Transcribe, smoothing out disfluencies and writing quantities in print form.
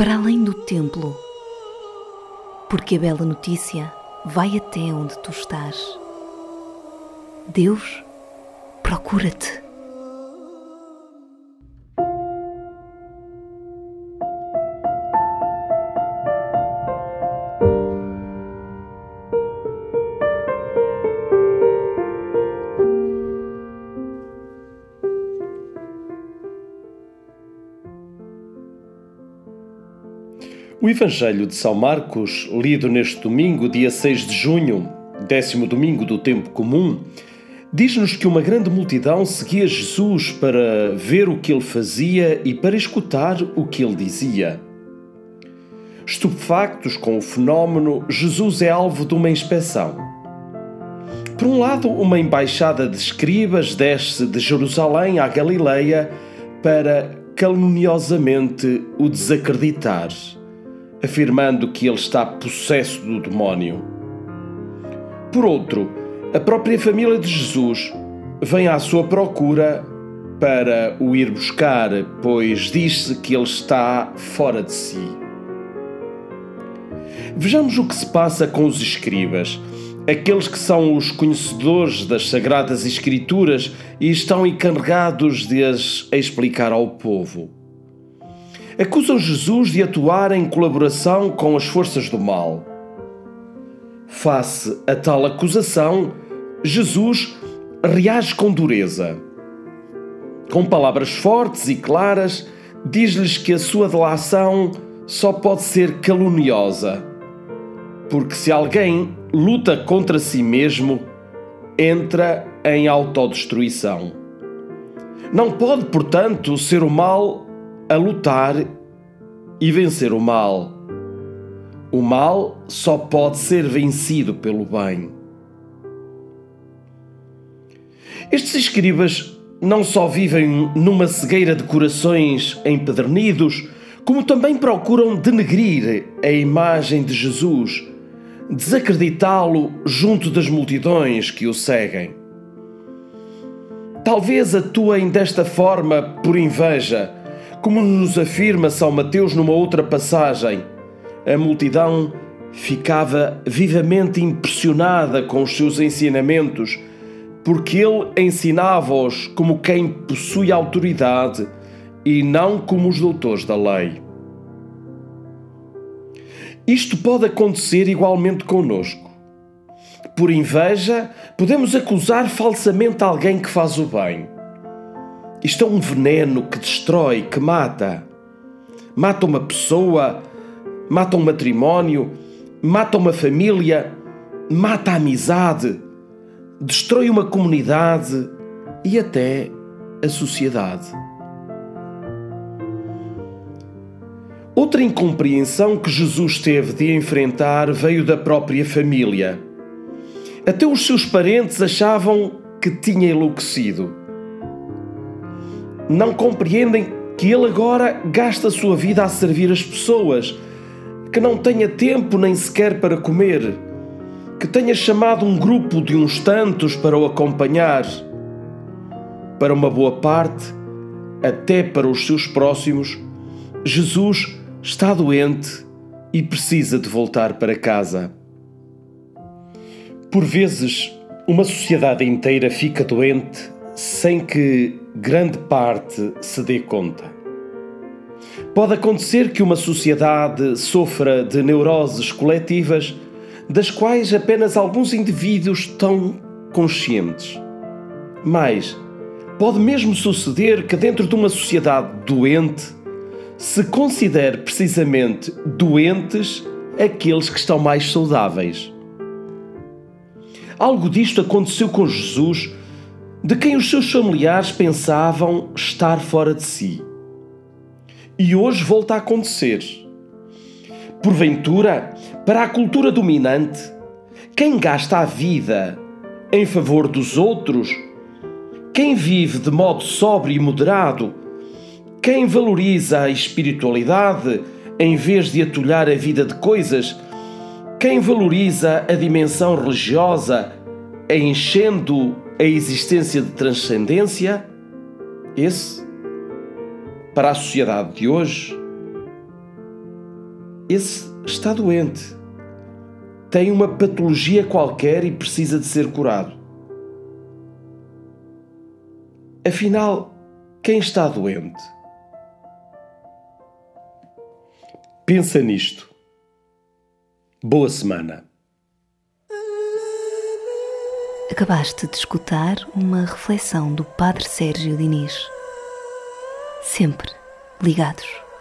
para além do templo, porque a bela notícia vai até onde tu estás. Deus procura-te. O Evangelho de São Marcos, lido neste domingo, dia 6 de junho, 10º domingo do tempo comum, diz-nos que uma grande multidão seguia Jesus para ver o que ele fazia e para escutar o que ele dizia. Estupefactos com o fenómeno, Jesus é alvo de uma inspeção. Por um lado, uma embaixada de escribas desce de Jerusalém à Galileia para caluniosamente o desacreditar, afirmando que ele está possesso do demónio. Por outro, a própria família de Jesus vem à sua procura para o ir buscar, pois diz-se que ele está fora de si. Vejamos o que se passa com os escribas, aqueles que são os conhecedores das Sagradas Escrituras e estão encarregados de as explicar ao povo. Acusam Jesus de atuar em colaboração com as forças do mal. Face a tal acusação, Jesus reage com dureza. Com palavras fortes e claras, diz-lhes que a sua delação só pode ser caluniosa, porque se alguém luta contra si mesmo, entra em autodestruição. Não pode, portanto, ser o mal a lutar e vencer o mal. O mal só pode ser vencido pelo bem. Estes escribas não só vivem numa cegueira de corações empedernidos, como também procuram denegrir a imagem de Jesus, desacreditá-lo junto das multidões que o seguem. Talvez atuem desta forma por inveja, como nos afirma São Mateus numa outra passagem. A multidão ficava vivamente impressionada com os seus ensinamentos, porque ele ensinava-os como quem possui autoridade e não como os doutores da lei. Isto pode acontecer igualmente conosco. Por inveja, podemos acusar falsamente alguém que faz o bem. Isto é um veneno que destrói, que mata. Mata uma pessoa, mata um matrimónio, mata uma família, mata a amizade, destrói uma comunidade e até a sociedade. Outra incompreensão que Jesus teve de enfrentar veio da própria família. Até os seus parentes achavam que tinha enlouquecido. Não compreendem que ele agora gasta a sua vida a servir as pessoas, que não tenha tempo nem sequer para comer, que tenha chamado um grupo de uns tantos para o acompanhar. Para uma boa parte, até para os seus próximos, Jesus está doente e precisa de voltar para casa. Por vezes, uma sociedade inteira fica doente sem que grande parte se dê conta. Pode acontecer que uma sociedade sofra de neuroses coletivas, das quais apenas alguns indivíduos estão conscientes. Mas pode mesmo suceder que dentro de uma sociedade doente se considere precisamente doentes aqueles que estão mais saudáveis. Algo disto aconteceu com Jesus, de quem os seus familiares pensavam estar fora de si. E hoje volta a acontecer. Porventura, para a cultura dominante, quem gasta a vida em favor dos outros, quem vive de modo sóbrio e moderado, quem valoriza a espiritualidade em vez de atulhar a vida de coisas, quem valoriza a dimensão religiosa enchendo a existência de transcendência, esse, para a sociedade de hoje, esse está doente. Tem uma patologia qualquer e precisa de ser curado. Afinal, quem está doente? Pensa nisto. Boa semana. Acabaste de escutar uma reflexão do Padre Sérgio Diniz. Sempre ligados.